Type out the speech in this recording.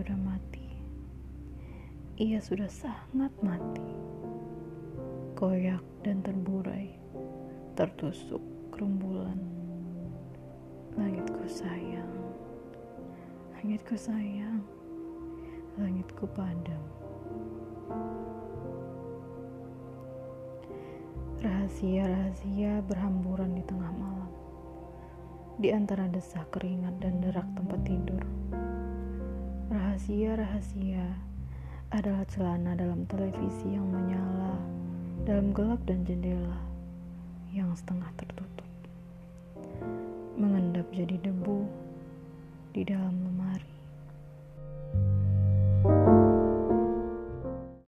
sudah mati. Ia sudah sangat mati. Koyak dan terburai, tertusuk kerumbulan. Langitku sayang, langitku sayang, langitku padam. Rahasia-rahasia berhamburan di tengah malam, di antara desah keringat dan derak tempat tidur. Rahasia-rahasia adalah celana dalam televisi yang menyala dalam gelap dan jendela yang setengah tertutup, mengendap jadi debu di dalam lemari.